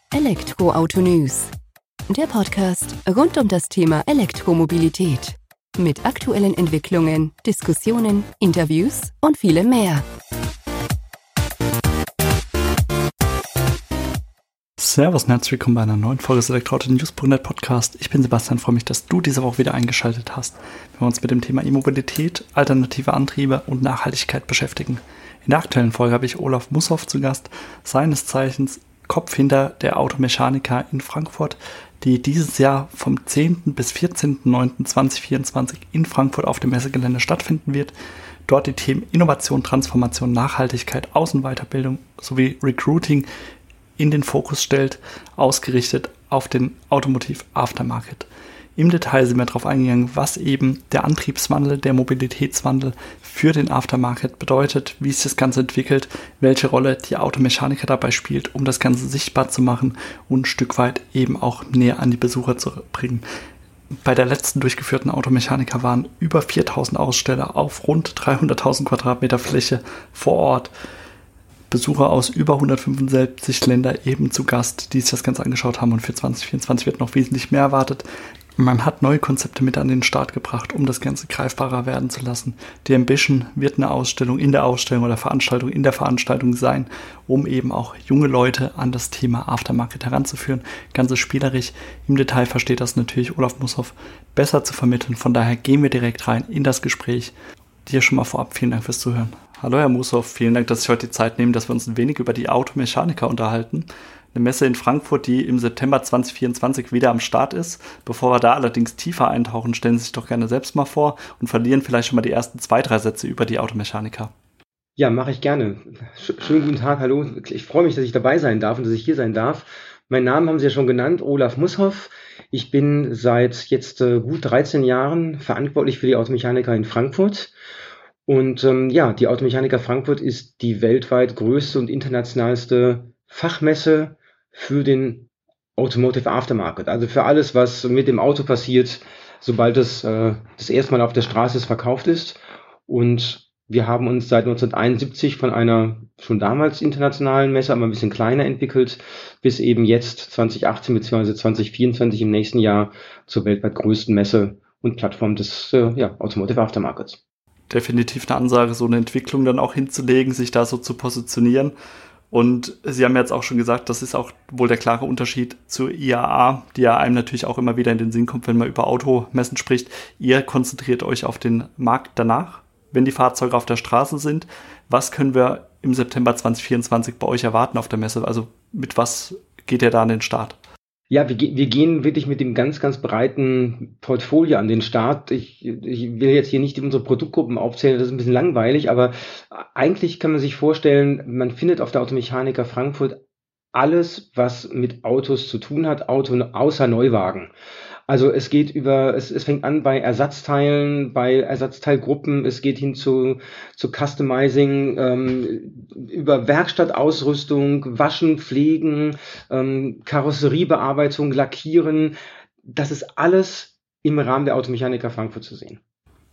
Elektroauto News, der Podcast rund um das Thema Elektromobilität. Mit aktuellen Entwicklungen, Diskussionen, Interviews und vielem mehr. Servus und herzlich willkommen bei einer neuen Folge des Elektroauto-News.net Podcast. Ich bin Sebastian, freue mich, dass du diese Woche wieder eingeschaltet hast, wenn wir uns mit dem Thema E-Mobilität, alternative Antriebe und Nachhaltigkeit beschäftigen. In der aktuellen Folge habe ich Olaf Mussow zu Gast, seines Zeichens Kopf hinter der Automechaniker in Frankfurt, die dieses Jahr vom 10. bis 14.09.2024 in Frankfurt auf dem Messegelände stattfinden wird. Dort die Themen Innovation, Transformation, Nachhaltigkeit, Außenweiterbildung sowie Recruiting in den Fokus stellt, ausgerichtet auf den Automotive Aftermarket. Im Detail sind wir darauf eingegangen, was eben der Antriebswandel, der Mobilitätswandel für den Aftermarket bedeutet, wie sich das Ganze entwickelt, welche Rolle die Automechaniker dabei spielt, um das Ganze sichtbar zu machen und ein Stück weit eben auch näher an die Besucher zu bringen. Bei der letzten durchgeführten Automechaniker waren über 4.000 Aussteller auf rund 300.000 Quadratmeter Fläche vor Ort. Besucher aus über 175 Ländern eben zu Gast, die sich das Ganze angeschaut haben, und für 2024 wird noch wesentlich mehr erwartet. Man hat neue Konzepte mit an den Start gebracht, um das Ganze greifbarer werden zu lassen. Die Ambition wird eine Ausstellung in der Ausstellung oder Veranstaltung in der Veranstaltung sein, um eben auch junge Leute an das Thema Aftermarket heranzuführen. Ganz spielerisch. Im Detail versteht das natürlich Olaf Mussow besser zu vermitteln. Von daher gehen wir direkt rein in das Gespräch. Dir schon mal vorab vielen Dank fürs Zuhören. Hallo Herr Mussow, vielen Dank, dass Sie heute die Zeit nehmen, dass wir uns ein wenig über die Automechaniker unterhalten. Eine Messe in Frankfurt, die im September 2024 wieder am Start ist. Bevor wir da allerdings tiefer eintauchen, stellen Sie sich doch gerne selbst mal vor und verlieren vielleicht schon mal die ersten 2-3 Sätze über die Automechaniker. Ja, mache ich gerne. Schönen guten Tag, hallo. Ich freue mich, dass ich dabei sein darf und dass ich hier sein darf. Meinen Namen haben Sie ja schon genannt, Olaf Mussow. Ich bin seit jetzt gut 13 Jahren verantwortlich für die Automechaniker in Frankfurt. Und die Automechaniker Frankfurt ist die weltweit größte und internationalste Fachmesse für den Automotive Aftermarket. Also für alles, was mit dem Auto passiert, sobald es das erste Mal auf der Straße verkauft ist. Und wir haben uns seit 1971 von einer schon damals internationalen Messe, aber ein bisschen kleiner entwickelt, bis eben jetzt 2018 bzw. 2024 im nächsten Jahr zur weltweit größten Messe und Plattform des Automotive Aftermarkets. Definitiv eine Ansage, so eine Entwicklung dann auch hinzulegen, sich da so zu positionieren. Und Sie haben jetzt auch schon gesagt, das ist auch wohl der klare Unterschied zur IAA, die ja einem natürlich auch immer wieder in den Sinn kommt, wenn man über Automessen spricht. Ihr konzentriert euch auf den Markt danach, wenn die Fahrzeuge auf der Straße sind. Was können wir im September 2024 bei euch erwarten auf der Messe? Also mit was geht ihr da an den Start? Ja, wir gehen wirklich mit dem ganz, ganz breiten Portfolio an den Start. Ich will jetzt hier nicht unsere Produktgruppen aufzählen, das ist ein bisschen langweilig, aber eigentlich kann man sich vorstellen, man findet auf der Automechaniker Frankfurt alles, was mit Autos zu tun hat, außer Neuwagen. Also es fängt an bei Ersatzteilen, bei Ersatzteilgruppen, es geht hin zu Customizing, über Werkstattausrüstung, Waschen, Pflegen, Karosseriebearbeitung, Lackieren. Das ist alles im Rahmen der Automechaniker Frankfurt zu sehen.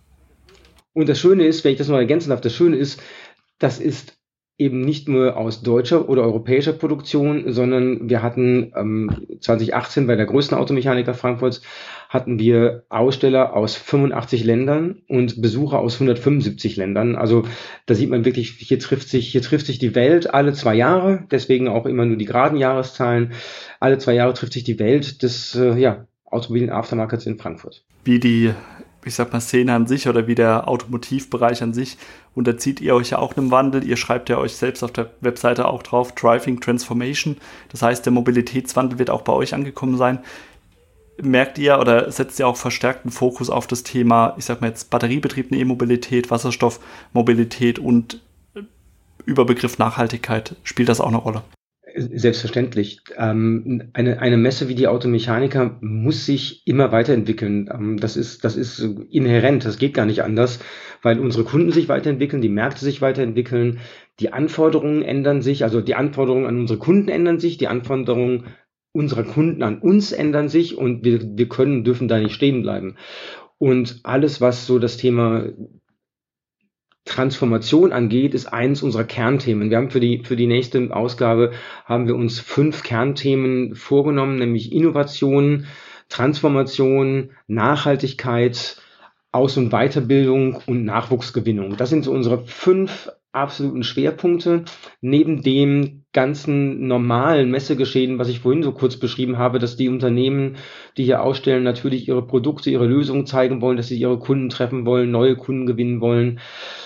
Und das Schöne ist, wenn ich das noch ergänzen darf, das ist eben nicht nur aus deutscher oder europäischer Produktion, sondern wir hatten 2018 bei der größten Automechaniker Frankfurts hatten wir Aussteller aus 85 Ländern und Besucher aus 175 Ländern. Also da sieht man wirklich, hier trifft sich die Welt alle 2 Jahre, deswegen auch immer nur die geraden Jahreszahlen. Alle 2 Jahre trifft sich die Welt des automobilen Aftermarkets in Frankfurt. Wie die Szene an sich oder wie der Automotivbereich an sich, unterzieht ihr euch ja auch einem Wandel. Ihr schreibt ja euch selbst auf der Webseite auch drauf, Driving Transformation. Das heißt, der Mobilitätswandel wird auch bei euch angekommen sein. Merkt ihr oder setzt ihr auch verstärkten Fokus auf das Thema, batteriebetriebene E-Mobilität, Wasserstoffmobilität und Überbegriff Nachhaltigkeit? Spielt das auch eine Rolle? Selbstverständlich. Eine Messe wie die Automechaniker muss sich immer weiterentwickeln. Das ist inhärent, das geht gar nicht anders, weil unsere Kunden sich weiterentwickeln, die Märkte sich weiterentwickeln, die Anforderungen ändern sich, also die Anforderungen an unsere Kunden ändern sich, die Anforderungen unserer Kunden an uns ändern sich und wir dürfen da nicht stehen bleiben. Und alles, was so das Thema Transformation angeht, ist eins unserer Kernthemen. Wir haben für die nächste Ausgabe haben wir uns 5 Kernthemen vorgenommen, nämlich Innovation, Transformation, Nachhaltigkeit, Aus- und Weiterbildung und Nachwuchsgewinnung. Das sind so unsere 5 absoluten Schwerpunkte. Neben dem ganzen normalen Messegeschehen, was ich vorhin so kurz beschrieben habe, dass die Unternehmen, die hier ausstellen, natürlich ihre Produkte, ihre Lösungen zeigen wollen, dass sie ihre Kunden treffen wollen, neue Kunden gewinnen wollen.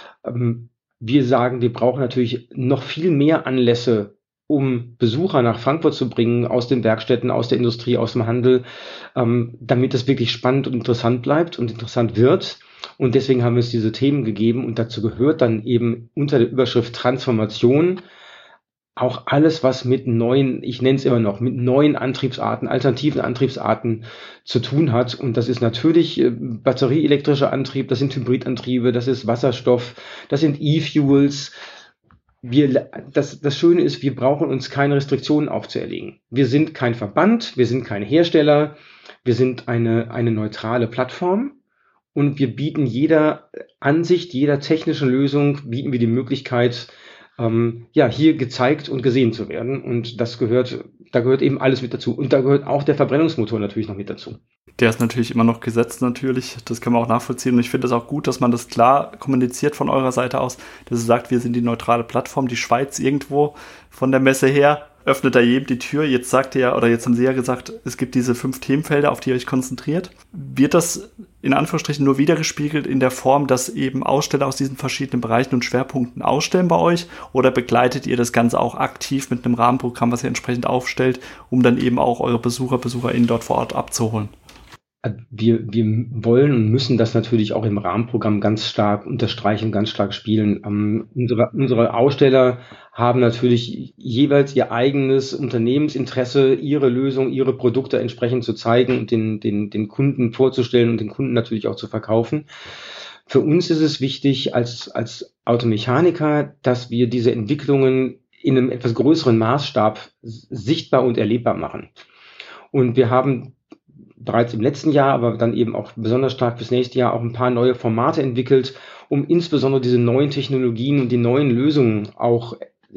Wir sagen, wir brauchen natürlich noch viel mehr Anlässe, um Besucher nach Frankfurt zu bringen, aus den Werkstätten, aus der Industrie, aus dem Handel, damit es wirklich spannend und interessant bleibt und interessant wird. Und deswegen haben wir uns diese Themen gegeben und dazu gehört dann eben unter der Überschrift Transformation auch alles, was mit neuen, ich nenne es immer noch, mit neuen Antriebsarten, alternativen Antriebsarten zu tun hat. Und das ist natürlich batterieelektrischer Antrieb, das sind Hybridantriebe, das ist Wasserstoff, das sind E-Fuels. Das Schöne ist, wir brauchen uns keine Restriktionen aufzuerlegen. Wir sind kein Verband, wir sind kein Hersteller, wir sind eine neutrale Plattform und wir bieten jeder Ansicht, jeder technischen Lösung, bieten wir die Möglichkeit, hier gezeigt und gesehen zu werden. Und da gehört eben alles mit dazu. Und da gehört auch der Verbrennungsmotor natürlich noch mit dazu. Der ist natürlich immer noch gesetzt natürlich, das kann man auch nachvollziehen. Und ich finde es auch gut, dass man das klar kommuniziert von eurer Seite aus, dass ihr sagt, wir sind die neutrale Plattform, die Schweiz irgendwo von der Messe her, öffnet da jedem die Tür. Jetzt haben Sie ja gesagt, es gibt diese 5 Themenfelder, auf die ihr euch konzentriert. Wird das in Anführungsstrichen nur wiedergespiegelt in der Form, dass eben Aussteller aus diesen verschiedenen Bereichen und Schwerpunkten ausstellen bei euch? Oder begleitet ihr das Ganze auch aktiv mit einem Rahmenprogramm, was ihr entsprechend aufstellt, um dann eben auch eure BesucherInnen dort vor Ort abzuholen? Wir wollen und müssen das natürlich auch im Rahmenprogramm ganz stark unterstreichen, ganz stark spielen. Unsere Aussteller haben natürlich jeweils ihr eigenes Unternehmensinteresse, ihre Lösung, ihre Produkte entsprechend zu zeigen und den Kunden vorzustellen und den Kunden natürlich auch zu verkaufen. Für uns ist es wichtig als Automechaniker, dass wir diese Entwicklungen in einem etwas größeren Maßstab sichtbar und erlebbar machen. Und wir haben bereits im letzten Jahr, aber dann eben auch besonders stark fürs nächste Jahr auch ein paar neue Formate entwickelt, um insbesondere diese neuen Technologien und die neuen Lösungen auch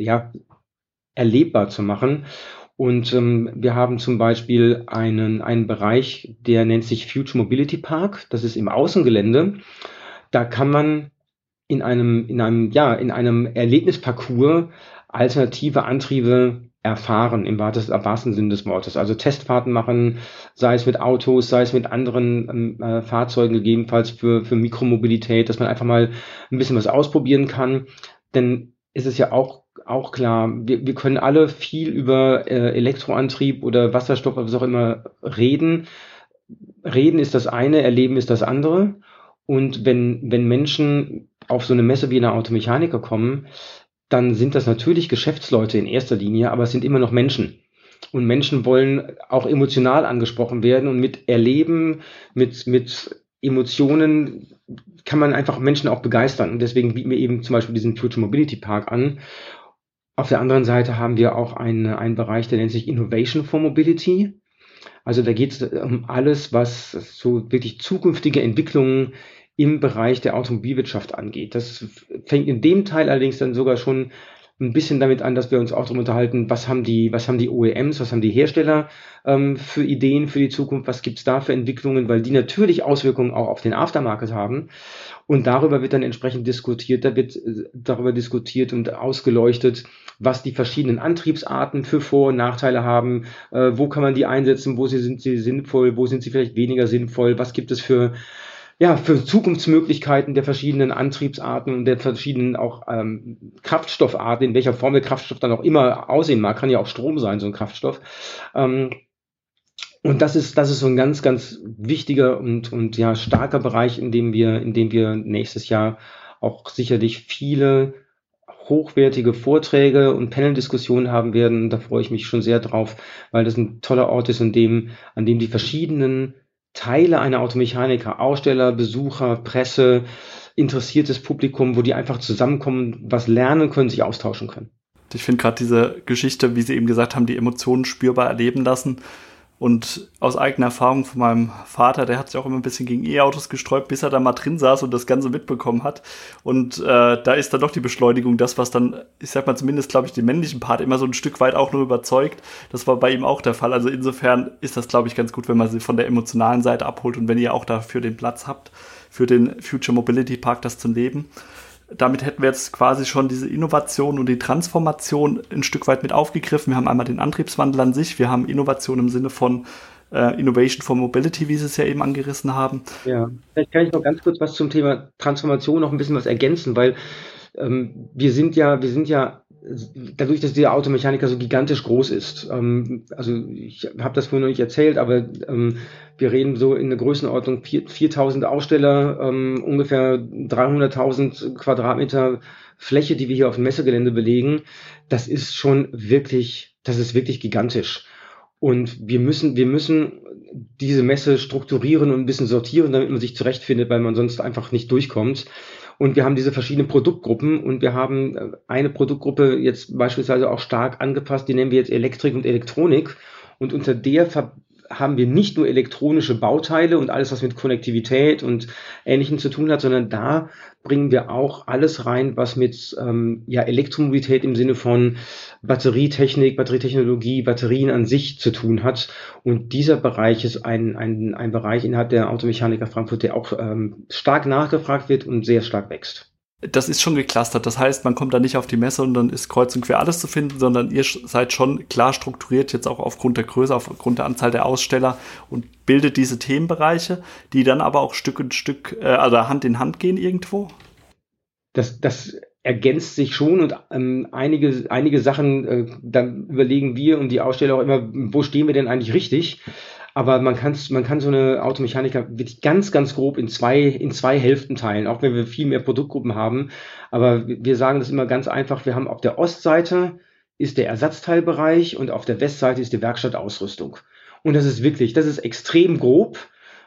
erlebbar zu machen. Und wir haben zum Beispiel einen Bereich, der nennt sich Future Mobility Park. Das ist im Außengelände. Da kann man in einem Erlebnisparcours alternative Antriebe erfahren, im wahrsten Sinne des Wortes. Also Testfahrten machen, sei es mit Autos, sei es mit anderen Fahrzeugen, gegebenenfalls für Mikromobilität, dass man einfach mal ein bisschen was ausprobieren kann. Denn es ist ja auch klar, wir können alle viel über Elektroantrieb oder Wasserstoff oder was auch immer reden. Reden ist das eine, erleben ist das andere. Und wenn Menschen auf so eine Messe wie eine Automechaniker kommen, dann sind das natürlich Geschäftsleute in erster Linie, aber es sind immer noch Menschen. Und Menschen wollen auch emotional angesprochen werden und mit Erleben, mit Emotionen kann man einfach Menschen auch begeistern. Und deswegen bieten wir eben zum Beispiel diesen Future Mobility Park an. Auf der anderen Seite haben wir auch einen Bereich, der nennt sich Innovation for Mobility. Also da geht es um alles, was so wirklich zukünftige Entwicklungen im Bereich der Automobilwirtschaft angeht. Das fängt in dem Teil allerdings dann sogar schon ein bisschen damit an, dass wir uns auch darüber unterhalten, was haben die OEMs, was haben die Hersteller für Ideen für die Zukunft, was gibt's da für Entwicklungen, weil die natürlich Auswirkungen auch auf den Aftermarket haben. Und darüber wird dann entsprechend diskutiert, da wird darüber diskutiert und ausgeleuchtet, was die verschiedenen Antriebsarten für Vor- und Nachteile haben, wo kann man die einsetzen, sind sie sinnvoll, wo sind sie vielleicht weniger sinnvoll, was gibt es für Zukunftsmöglichkeiten der verschiedenen Antriebsarten und der verschiedenen auch Kraftstoffarten, in welcher Form der Kraftstoff dann auch immer aussehen mag, kann ja auch Strom sein, so ein Kraftstoff. Und das ist so ein ganz, ganz wichtiger und starker Bereich, in dem wir nächstes Jahr auch sicherlich viele hochwertige Vorträge und Panel-Diskussionen haben werden. Da freue ich mich schon sehr drauf, weil das ein toller Ort ist, an dem die verschiedenen Teile einer Automechaniker, Aussteller, Besucher, Presse, interessiertes Publikum, wo die einfach zusammenkommen, was lernen können, sich austauschen können. Ich finde gerade diese Geschichte, wie Sie eben gesagt haben, die Emotionen spürbar erleben lassen Und aus eigener Erfahrung von meinem Vater, der hat sich auch immer ein bisschen gegen E-Autos gesträubt, bis er da mal drin saß und das Ganze mitbekommen hat. Und da ist dann doch die Beschleunigung das, was dann, ich sag mal zumindest, glaube ich, den männlichen Part immer so ein Stück weit auch noch überzeugt. Das war bei ihm auch der Fall. Also insofern ist das, glaube ich, ganz gut, wenn man sie von der emotionalen Seite abholt und wenn ihr auch dafür den Platz habt, für den Future Mobility Park das zu leben. Damit hätten wir jetzt quasi schon diese Innovation und die Transformation ein Stück weit mit aufgegriffen. Wir haben einmal den Antriebswandel an sich, wir haben Innovation im Sinne von Innovation for Mobility, wie Sie es ja eben angerissen haben. Ja, vielleicht kann ich noch ganz kurz was zum Thema Transformation noch ein bisschen was ergänzen, weil wir sind ja dadurch, dass der Automechaniker so gigantisch groß ist, also ich habe das vorhin noch nicht erzählt, aber wir reden so in der Größenordnung 4.000 Aussteller, ungefähr 300.000 Quadratmeter Fläche, die wir hier auf dem Messegelände belegen. Das ist wirklich gigantisch. Und wir müssen diese Messe strukturieren und ein bisschen sortieren, damit man sich zurechtfindet, weil man sonst einfach nicht durchkommt. Und wir haben diese verschiedenen Produktgruppen und wir haben eine Produktgruppe jetzt beispielsweise auch stark angepasst, die nennen wir jetzt Elektrik und Elektronik. Und unter der haben wir nicht nur elektronische Bauteile und alles, was mit Konnektivität und Ähnlichem zu tun hat, sondern da bringen wir auch alles rein, was mit Elektromobilität im Sinne von Batterietechnik, Batterietechnologie, Batterien an sich zu tun hat. Und dieser Bereich ist ein Bereich innerhalb der Automechaniker Frankfurt, der auch stark nachgefragt wird und sehr stark wächst. Das ist schon geclustert. Das heißt, man kommt da nicht auf die Messe und dann ist kreuz und quer alles zu finden, sondern ihr seid schon klar strukturiert, jetzt auch aufgrund der Größe, aufgrund der Anzahl der Aussteller und bildet diese Themenbereiche, die dann aber auch Stück und Stück, also Hand in Hand gehen irgendwo? Das ergänzt sich schon und einige Sachen, da überlegen wir und die Aussteller auch immer, wo stehen wir denn eigentlich richtig? Aber man kann so eine Automechaniker wirklich ganz, ganz grob in zwei Hälften teilen, auch wenn wir viel mehr Produktgruppen haben. Aber wir sagen das immer ganz einfach. Wir haben auf der Ostseite ist der Ersatzteilbereich und auf der Westseite ist die Werkstattausrüstung. Und das ist extrem grob.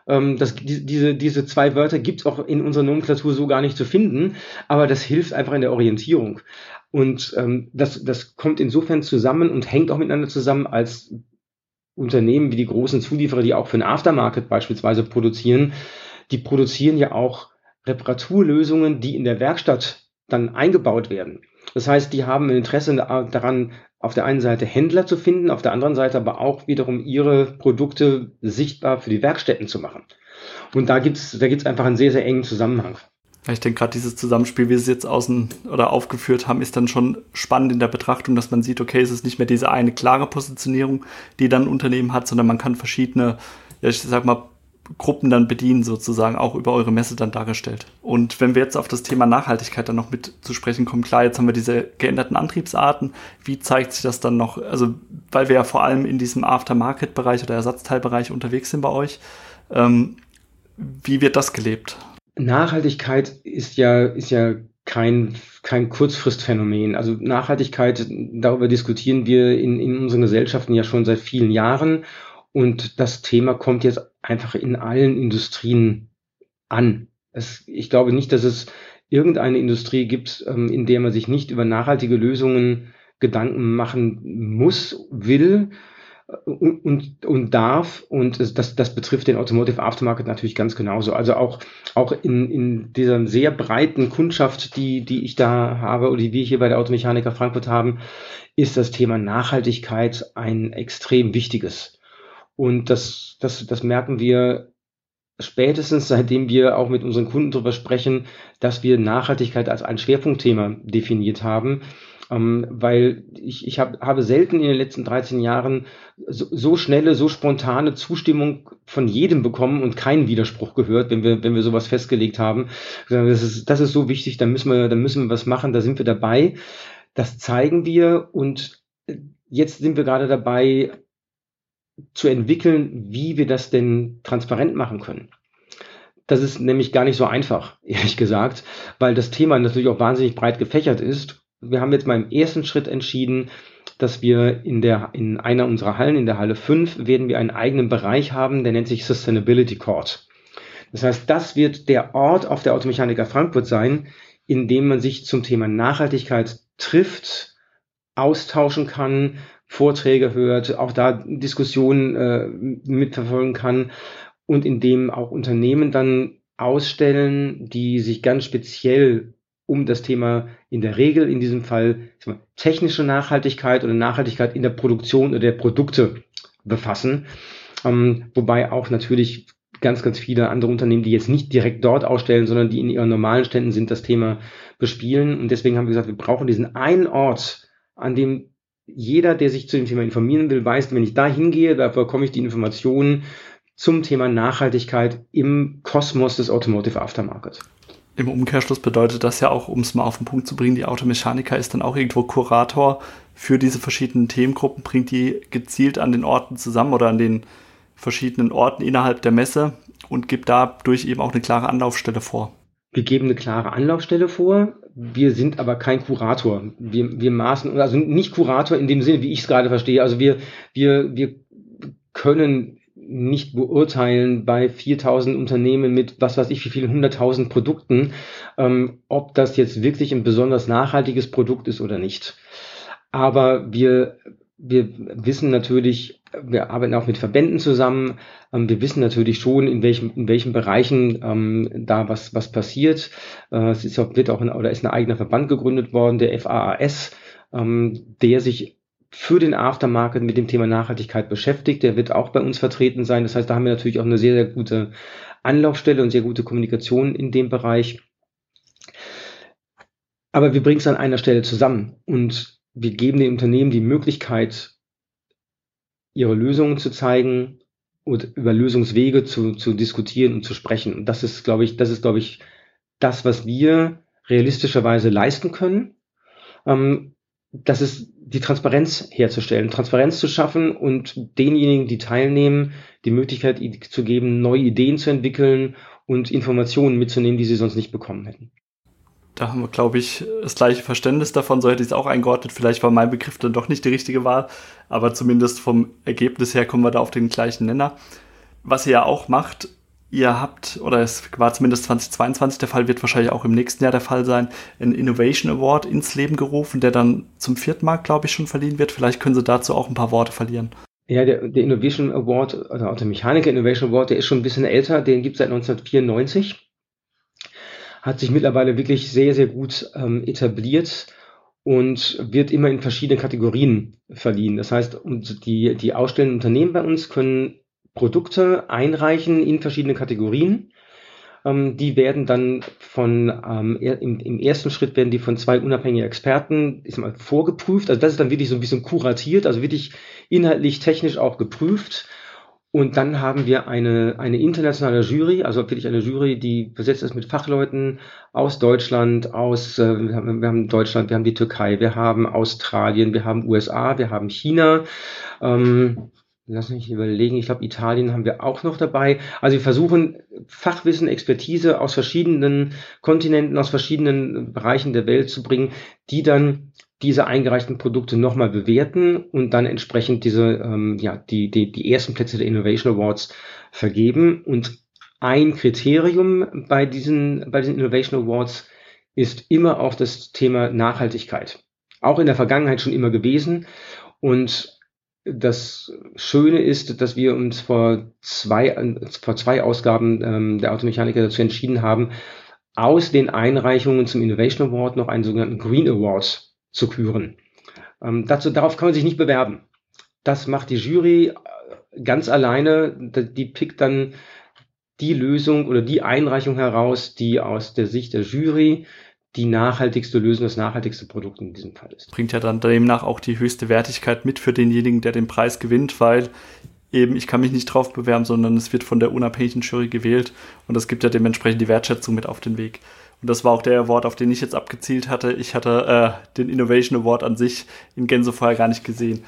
Diese zwei Wörter gibt's auch in unserer Nomenklatur so gar nicht zu finden. Aber das hilft einfach in der Orientierung. Und das kommt insofern zusammen und hängt auch miteinander zusammen, als Unternehmen wie die großen Zulieferer, die auch für den Aftermarket beispielsweise produzieren, die produzieren ja auch Reparaturlösungen, die in der Werkstatt dann eingebaut werden. Das heißt, die haben ein Interesse daran, auf der einen Seite Händler zu finden, auf der anderen Seite aber auch wiederum ihre Produkte sichtbar für die Werkstätten zu machen. Und da gibt's einfach einen sehr, sehr engen Zusammenhang. Ich denke, gerade dieses Zusammenspiel, wie Sie es jetzt aufgeführt haben, ist dann schon spannend in der Betrachtung, dass man sieht, okay, es ist nicht mehr diese eine klare Positionierung, die dann ein Unternehmen hat, sondern man kann verschiedene, ich sag mal, Gruppen dann bedienen, sozusagen, auch über eure Messe dann dargestellt. Und wenn wir jetzt auf das Thema Nachhaltigkeit dann noch mit zu sprechen kommen, klar, jetzt haben wir diese geänderten Antriebsarten. Wie zeigt sich das dann noch? Also, weil wir ja vor allem in diesem Aftermarket-Bereich oder Ersatzteilbereich unterwegs sind bei euch. Wie wird das gelebt? Nachhaltigkeit ist ja kein Kurzfristphänomen. Also Nachhaltigkeit, darüber diskutieren wir in unseren Gesellschaften ja schon seit vielen Jahren. Und das Thema kommt jetzt einfach in allen Industrien an. Ich glaube nicht, dass es irgendeine Industrie gibt, in der man sich nicht über nachhaltige Lösungen Gedanken machen muss, will und darf. Und das betrifft den Automotive Aftermarket natürlich ganz genauso. Also auch in dieser sehr breiten Kundschaft, die ich da habe oder die wir hier bei der Automechaniker Frankfurt haben, ist das Thema Nachhaltigkeit ein extrem wichtiges. Und das merken wir spätestens, seitdem wir auch mit unseren Kunden darüber sprechen, dass wir Nachhaltigkeit als ein Schwerpunktthema definiert haben. Weil ich habe selten in den letzten 13 Jahren so schnelle, so spontane Zustimmung von jedem bekommen und keinen Widerspruch gehört, wenn wir sowas festgelegt haben. Das ist so wichtig, da müssen wir was machen, da sind wir dabei. Das zeigen wir und jetzt sind wir gerade dabei zu entwickeln, wie wir das denn transparent machen können. Das ist nämlich gar nicht so einfach, ehrlich gesagt, weil das Thema natürlich auch wahnsinnig breit gefächert ist. Wir haben jetzt mal im ersten Schritt entschieden, dass wir in einer unserer Hallen, in der Halle 5, werden wir einen eigenen Bereich haben, der nennt sich Sustainability Court. Das heißt, das wird der Ort auf der Automechaniker Frankfurt sein, in dem man sich zum Thema Nachhaltigkeit trifft, austauschen kann, Vorträge hört, auch da Diskussionen mitverfolgen kann und in dem auch Unternehmen dann ausstellen, die sich ganz speziell um das Thema in der Regel, in diesem Fall technische Nachhaltigkeit oder Nachhaltigkeit in der Produktion oder der Produkte befassen. Wobei auch natürlich ganz, ganz viele andere Unternehmen, die jetzt nicht direkt dort ausstellen, sondern die in ihren normalen Ständen sind, das Thema bespielen. Und deswegen haben wir gesagt, wir brauchen diesen einen Ort, an dem jeder, der sich zu dem Thema informieren will, weiß, wenn ich da hingehe, da bekomme ich die Informationen zum Thema Nachhaltigkeit im Kosmos des Automotive Aftermarket. Im Umkehrschluss bedeutet das ja auch, um es mal auf den Punkt zu bringen, die Automechaniker ist dann auch irgendwo Kurator für diese verschiedenen Themengruppen, bringt die gezielt an den Orten zusammen oder an den verschiedenen Orten innerhalb der Messe und gibt dadurch eben auch eine klare Anlaufstelle vor. Wir geben eine klare Anlaufstelle vor, wir sind aber kein Kurator. Wir maßen, also nicht Kurator in dem Sinne, wie ich es gerade verstehe. Also wir können nicht beurteilen bei 4.000 Unternehmen mit was weiß ich wie vielen 100.000 Produkten, ob das jetzt wirklich ein besonders nachhaltiges Produkt ist oder nicht. Aber wir wissen natürlich, wir arbeiten auch mit Verbänden zusammen, wir wissen natürlich schon, in welchen Bereichen da was passiert. Es ist ist ein eigener Verband gegründet worden, der FAAS, der sich für den Aftermarket mit dem Thema Nachhaltigkeit beschäftigt. Der wird auch bei uns vertreten sein. Das heißt, da haben wir natürlich auch eine sehr, sehr gute Anlaufstelle und sehr gute Kommunikation in dem Bereich. Aber wir bringen es an einer Stelle zusammen und wir geben den Unternehmen die Möglichkeit, ihre Lösungen zu zeigen und über Lösungswege zu diskutieren und zu sprechen. Und das ist, glaube ich, das, was wir realistischerweise leisten können. Das ist die Transparenz herzustellen, Transparenz zu schaffen und denjenigen, die teilnehmen, die Möglichkeit zu geben, neue Ideen zu entwickeln und Informationen mitzunehmen, die sie sonst nicht bekommen hätten. Da haben wir, glaube ich, das gleiche Verständnis davon, so hätte ich es auch eingeordnet. Vielleicht war mein Begriff dann doch nicht die richtige Wahl, aber zumindest vom Ergebnis her kommen wir da auf den gleichen Nenner. Was ihr ja auch macht, ihr habt, oder es war zumindest 2022 der Fall, wird wahrscheinlich auch im nächsten Jahr der Fall sein, einen Innovation Award ins Leben gerufen, der dann zum 4. Mal, glaube ich, schon verliehen wird. Vielleicht können Sie dazu auch ein paar Worte verlieren. Ja, der Innovation Award, also der Mechaniker Innovation Award, der ist schon ein bisschen älter, den gibt es seit 1994. Hat sich mittlerweile wirklich sehr, sehr gut etabliert und wird immer in verschiedene Kategorien verliehen. Das heißt, die ausstellenden Unternehmen bei uns können Produkte einreichen in verschiedene Kategorien. Die werden dann im ersten Schritt werden die von 2 unabhängigen Experten vorgeprüft. Also das ist dann wirklich so ein bisschen kuratiert, also wirklich inhaltlich, technisch auch geprüft. Und dann haben wir eine internationale Jury, also wirklich eine Jury, die besetzt ist mit Fachleuten aus Deutschland, wir haben Deutschland, wir haben die Türkei, wir haben Australien, wir haben USA, wir haben China. Lass mich überlegen, ich glaube Italien haben wir auch noch dabei. Also wir versuchen Fachwissen, Expertise aus verschiedenen Kontinenten, aus verschiedenen Bereichen der Welt zu bringen, die dann diese eingereichten Produkte nochmal bewerten und dann entsprechend die ersten Plätze der Innovation Awards vergeben. Und ein Kriterium bei diesen Innovation Awards ist immer auch das Thema Nachhaltigkeit. Auch in der Vergangenheit schon immer gewesen. Und das Schöne ist, dass wir uns vor zwei Ausgaben der Automechaniker dazu entschieden haben, aus den Einreichungen zum Innovation Award noch einen sogenannten Green Award zu küren. Darauf kann man sich nicht bewerben. Das macht die Jury ganz alleine. Die pickt dann die Lösung oder die Einreichung heraus, die aus der Sicht der Jury die nachhaltigste Lösung, das nachhaltigste Produkt in diesem Fall ist. Bringt ja dann demnach auch die höchste Wertigkeit mit für denjenigen, der den Preis gewinnt, weil eben ich kann mich nicht drauf bewerben, sondern es wird von der unabhängigen Jury gewählt und das gibt ja dementsprechend die Wertschätzung mit auf den Weg. Und das war auch der Award, auf den ich jetzt abgezielt hatte. Ich hatte den Innovation Award an sich in Gänze vorher gar nicht gesehen.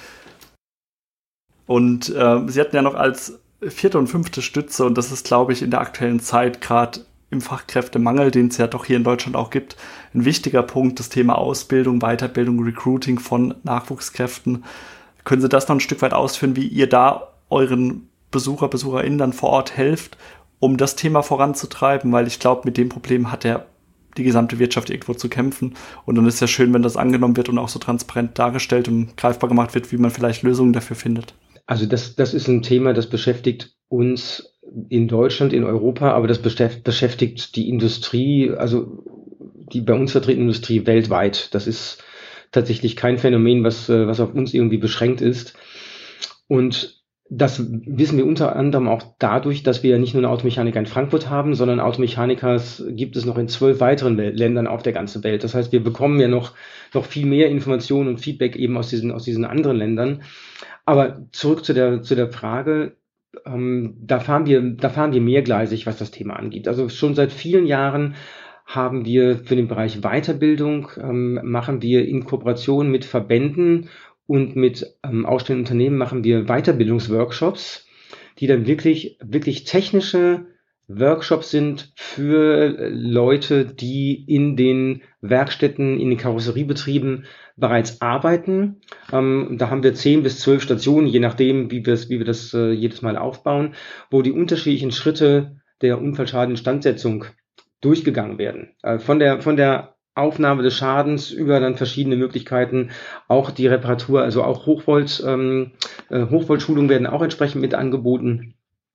Und sie hatten ja noch als 4. und 5. Stütze, und das ist, glaube ich, in der aktuellen Zeit, gerade im Fachkräftemangel, den es ja doch hier in Deutschland auch gibt, ein wichtiger Punkt, das Thema Ausbildung, Weiterbildung, Recruiting von Nachwuchskräften. Können Sie das noch ein Stück weit ausführen, wie ihr da euren BesucherInnen dann vor Ort helft, um das Thema voranzutreiben? Weil ich glaube, mit dem Problem hat der die gesamte Wirtschaft irgendwo zu kämpfen. Und dann ist es ja schön, wenn das angenommen wird und auch so transparent dargestellt und greifbar gemacht wird, wie man vielleicht Lösungen dafür findet. Also das ist ein Thema, das beschäftigt uns in Deutschland, in Europa, aber das beschäftigt die Industrie, also die bei uns vertretene Industrie weltweit. Das ist tatsächlich kein Phänomen, was auf uns irgendwie beschränkt ist. Und das wissen wir unter anderem auch dadurch, dass wir nicht nur eine Automechaniker in Frankfurt haben, sondern Automechanikas gibt es noch in 12 weiteren Ländern auf der ganzen Welt. Das heißt, wir bekommen ja noch viel mehr Informationen und Feedback eben aus diesen anderen Ländern. Aber zurück zu der Frage, da fahren wir mehrgleisig, was das Thema angeht. Also schon seit vielen Jahren haben wir für den Bereich Weiterbildung, machen wir in Kooperation mit Verbänden und mit ausstellenden Unternehmen machen wir Weiterbildungsworkshops, die dann wirklich technische Workshops sind für Leute, die in den Werkstätten, in den Karosseriebetrieben bereits arbeiten. Da haben wir 10 bis 12 Stationen, je nachdem, wie wir das jedes Mal aufbauen, wo die unterschiedlichen Schritte der Unfallschadeninstandsetzung durchgegangen werden. Von der Aufnahme des Schadens über dann verschiedene Möglichkeiten, auch die Reparatur, also auch Hochvoltschulungen werden auch entsprechend mit angeboten,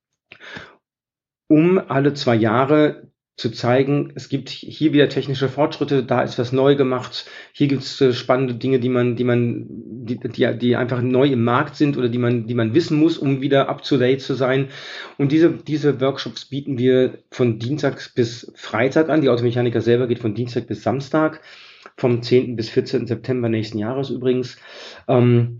um alle 2 Jahre zu zeigen, es gibt hier wieder technische Fortschritte, da ist was neu gemacht, hier gibt es spannende Dinge, die einfach neu im Markt sind oder die man wissen muss, um wieder up to date zu sein. Und diese Workshops bieten wir von Dienstag bis Freitag an. Die Automechaniker selber geht von Dienstag bis Samstag, vom 10. bis 14. September nächsten Jahres übrigens. Und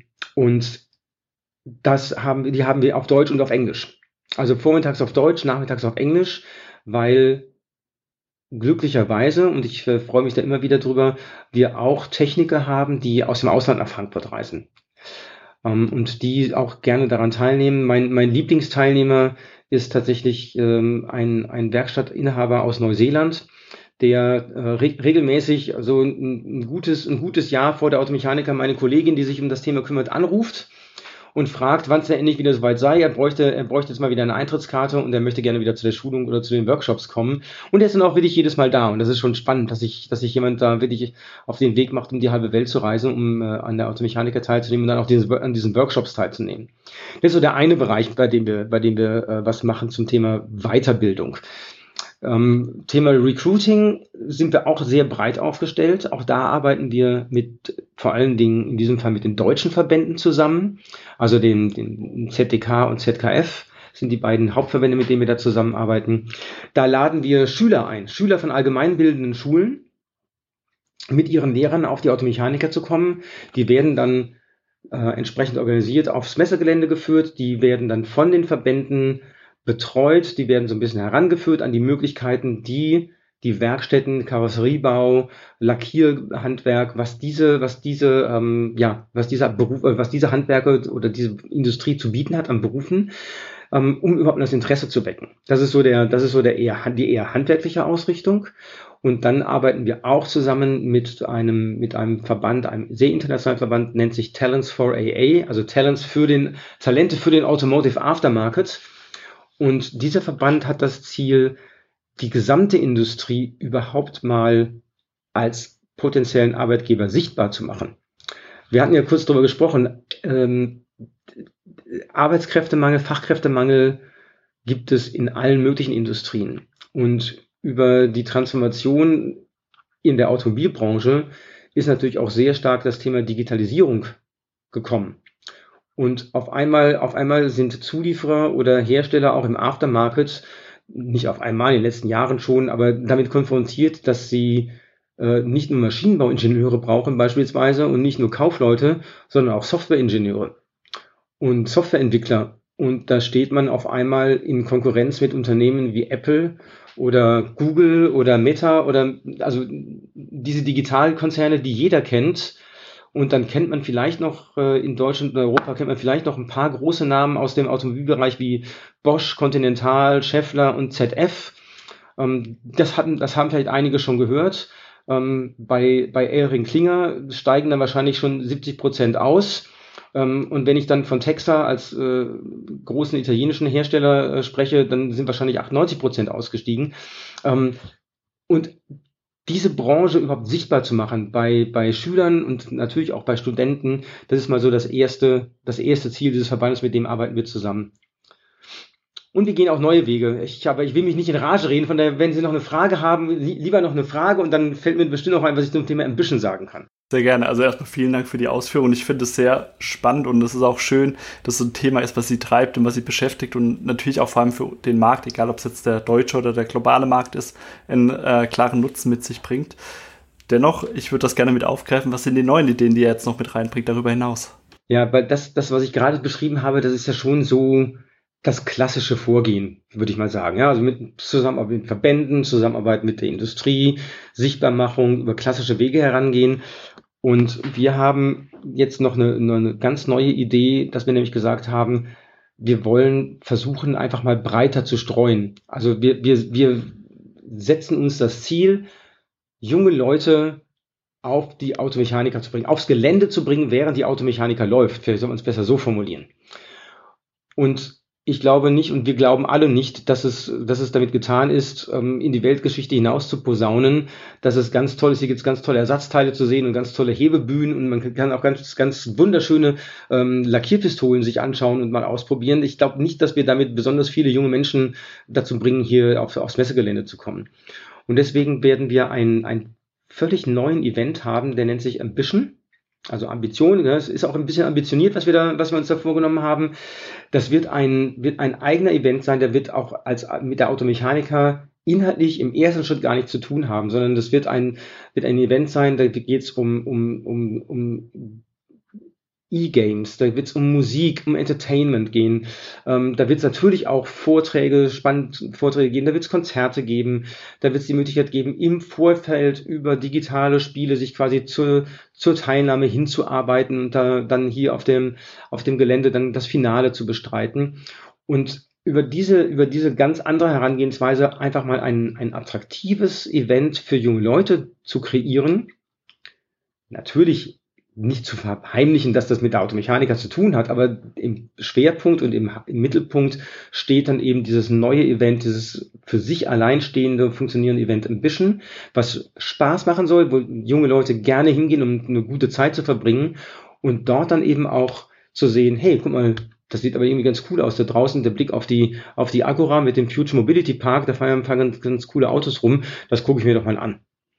die haben wir auf Deutsch und auf Englisch. Also vormittags auf Deutsch, nachmittags auf Englisch, weil glücklicherweise, und ich freue mich da immer wieder drüber, wir auch Techniker haben, die aus dem Ausland nach Frankfurt reisen und die auch gerne daran teilnehmen. Mein Lieblingsteilnehmer ist tatsächlich ein Werkstattinhaber aus Neuseeland, der regelmäßig, also ein gutes Jahr vor der Automechaniker, meine Kollegin, die sich um das Thema kümmert, anruft und fragt, wann es denn endlich wieder soweit sei. Er bräuchte jetzt mal wieder eine Eintrittskarte und er möchte gerne wieder zu der Schulung oder zu den Workshops kommen. Und er ist dann auch wirklich jedes Mal da. Und das ist schon spannend, dass sich jemand da wirklich auf den Weg macht, um die halbe Welt zu reisen, um an der Automechaniker teilzunehmen und dann auch an diesen Workshops teilzunehmen. Das ist so der eine Bereich, bei dem wir was machen zum Thema Weiterbildung. Thema Recruiting sind wir auch sehr breit aufgestellt. Auch da arbeiten wir vor allen Dingen in diesem Fall mit den deutschen Verbänden zusammen, also den ZDK und ZKF sind die beiden Hauptverbände, mit denen wir da zusammenarbeiten. Da laden wir Schüler ein, Schüler von allgemeinbildenden Schulen, mit ihren Lehrern auf die Automechaniker zu kommen. Die werden dann entsprechend organisiert aufs Messegelände geführt, die werden dann von den Verbänden betreut, die werden so ein bisschen herangeführt an die Möglichkeiten, die Werkstätten, Karosseriebau, Lackierhandwerk, was diese Handwerker oder diese Industrie zu bieten hat an Berufen, um überhaupt das Interesse zu wecken. Das ist so die eher handwerkliche Ausrichtung. Und dann arbeiten wir auch zusammen mit einem Verband, einem sehr internationalen Verband, nennt sich Talents for AA, also Talente für den Automotive Aftermarket. Und dieser Verband hat das Ziel, die gesamte Industrie überhaupt mal als potenziellen Arbeitgeber sichtbar zu machen. Wir hatten ja kurz darüber gesprochen, Arbeitskräftemangel, Fachkräftemangel gibt es in allen möglichen Industrien. Und über die Transformation in der Automobilbranche ist natürlich auch sehr stark das Thema Digitalisierung gekommen. Und auf einmal sind Zulieferer oder Hersteller auch im Aftermarket, nicht auf einmal in den letzten Jahren schon, aber damit konfrontiert, dass sie nicht nur Maschinenbauingenieure brauchen beispielsweise und nicht nur Kaufleute, sondern auch Softwareingenieure und Softwareentwickler. Und da steht man auf einmal in Konkurrenz mit Unternehmen wie Apple oder Google oder Meta also diese Digitalkonzerne, die jeder kennt. Und dann kennt man vielleicht noch in Deutschland und Europa vielleicht noch ein paar große Namen aus dem Automobilbereich wie Bosch, Continental, Schaeffler und ZF. Das haben vielleicht einige schon gehört. Bei Elring-Klinger steigen dann wahrscheinlich schon 70% aus. Und wenn ich dann von Texar als großen italienischen Hersteller spreche, dann sind wahrscheinlich 98% ausgestiegen. Und diese Branche überhaupt sichtbar zu machen bei Schülern und natürlich auch bei Studenten. Das ist mal so das erste Ziel dieses Verbandes, mit dem arbeiten wir zusammen. Und wir gehen auch neue Wege. Ich will mich nicht in Rage reden, von daher, wenn Sie noch eine Frage haben, lieber noch eine Frage und dann fällt mir bestimmt noch ein, was ich zum Thema Ambition sagen kann. Sehr gerne. Also erstmal vielen Dank für die Ausführung. Ich finde es sehr spannend und es ist auch schön, dass so ein Thema ist, was Sie treibt und was Sie beschäftigt und natürlich auch vor allem für den Markt, egal ob es jetzt der deutsche oder der globale Markt ist, einen klaren Nutzen mit sich bringt. Dennoch, ich würde das gerne mit aufgreifen. Was sind die neuen Ideen, die er jetzt noch mit reinbringt, darüber hinaus? Ja, weil das, was ich gerade beschrieben habe, das ist ja schon so das klassische Vorgehen, würde ich mal sagen. Ja, also mit Zusammenarbeit mit Verbänden, Zusammenarbeit mit der Industrie, Sichtbarmachung, über klassische Wege herangehen. Und wir haben jetzt noch eine ganz neue Idee, dass wir nämlich gesagt haben, wir wollen versuchen, einfach mal breiter zu streuen. Also wir setzen uns das Ziel, junge Leute auf die Automechaniker zu bringen, aufs Gelände zu bringen, während die Automechaniker läuft. Vielleicht soll man es besser so formulieren. Und ich glaube nicht und wir glauben alle nicht, dass es damit getan ist, in die Weltgeschichte hinaus zu posaunen, dass es ganz toll ist, hier gibt es ganz tolle Ersatzteile zu sehen und ganz tolle Hebebühnen und man kann auch ganz wunderschöne Lackierpistolen sich anschauen und mal ausprobieren. Ich glaube nicht, dass wir damit besonders viele junge Menschen dazu bringen, hier aufs Messegelände zu kommen. Und deswegen werden wir einen völlig neuen Event haben, der nennt sich Ambition. Also Ambition, es ist auch ein bisschen ambitioniert, was wir uns da vorgenommen haben. Das wird ein eigener Event sein, der wird auch mit der Automechaniker inhaltlich im ersten Schritt gar nichts zu tun haben, sondern das wird ein Event sein, da geht es um E-Games, da wird es um Musik, um Entertainment gehen, da wird es natürlich auch spannende Vorträge geben, da wird es Konzerte geben, da wird es die Möglichkeit geben, im Vorfeld über digitale Spiele sich quasi zur Teilnahme hinzuarbeiten und dann hier auf dem Gelände dann das Finale zu bestreiten. Und über diese ganz andere Herangehensweise einfach mal ein attraktives Event für junge Leute zu kreieren. Natürlich nicht zu verheimlichen, dass das mit der Automechaniker zu tun hat, aber im Schwerpunkt und im Mittelpunkt steht dann eben dieses neue Event, dieses für sich alleinstehende, funktionierende Event Ambition, was Spaß machen soll, wo junge Leute gerne hingehen, um eine gute Zeit zu verbringen und dort dann eben auch zu sehen, hey, guck mal, das sieht aber irgendwie ganz cool aus, da draußen der Blick auf die Agora mit dem Future Mobility Park, da fahren ganz coole Autos rum, das gucke ich mir doch mal an.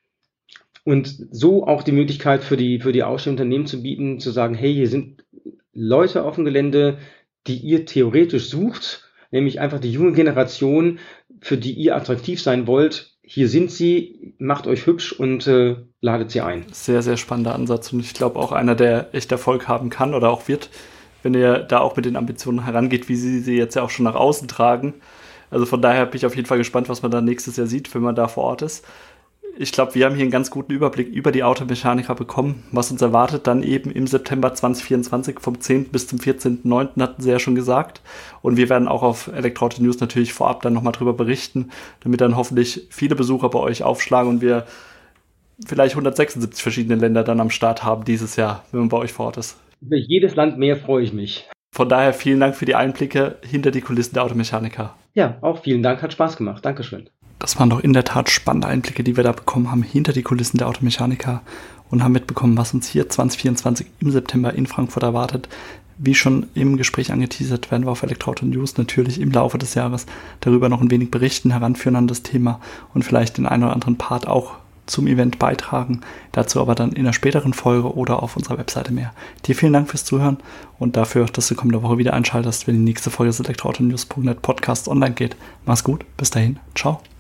Und so auch die Möglichkeit für die ausstellenden Unternehmen zu bieten, zu sagen, hey, hier sind Leute auf dem Gelände, die ihr theoretisch sucht, nämlich einfach die junge Generation, für die ihr attraktiv sein wollt. Hier sind sie, macht euch hübsch und ladet sie ein. Sehr, sehr spannender Ansatz und ich glaube auch einer, der echt Erfolg haben kann oder auch wird, wenn ihr da auch mit den Ambitionen herangeht, wie sie jetzt ja auch schon nach außen tragen. Also von daher bin ich auf jeden Fall gespannt, was man da nächstes Jahr sieht, wenn man da vor Ort ist. Ich glaube, wir haben hier einen ganz guten Überblick über die Automechaniker bekommen, was uns erwartet dann eben im September 2024 vom 10. bis zum 14.09. hatten sie ja schon gesagt. Und wir werden auch auf Elektroauto News natürlich vorab dann nochmal drüber berichten, damit dann hoffentlich viele Besucher bei euch aufschlagen und wir vielleicht 176 verschiedene Länder dann am Start haben dieses Jahr, wenn man bei euch vor Ort ist. Über jedes Land mehr freue ich mich. Von daher vielen Dank für die Einblicke hinter die Kulissen der Automechaniker. Ja, auch vielen Dank, hat Spaß gemacht. Dankeschön. Das waren doch in der Tat spannende Einblicke, die wir da bekommen haben hinter die Kulissen der Automechaniker und haben mitbekommen, was uns hier 2024 im September in Frankfurt erwartet. Wie schon im Gespräch angeteasert, werden wir auf Elektroauto News natürlich im Laufe des Jahres darüber noch ein wenig berichten, heranführen an das Thema und vielleicht den einen oder anderen Part auch zum Event beitragen. Dazu aber dann in einer späteren Folge oder auf unserer Webseite mehr. Dir vielen Dank fürs Zuhören und dafür, dass du kommende Woche wieder einschaltest, wenn die nächste Folge des Elektroauto-News.net Podcast online geht. Mach's gut, bis dahin, ciao.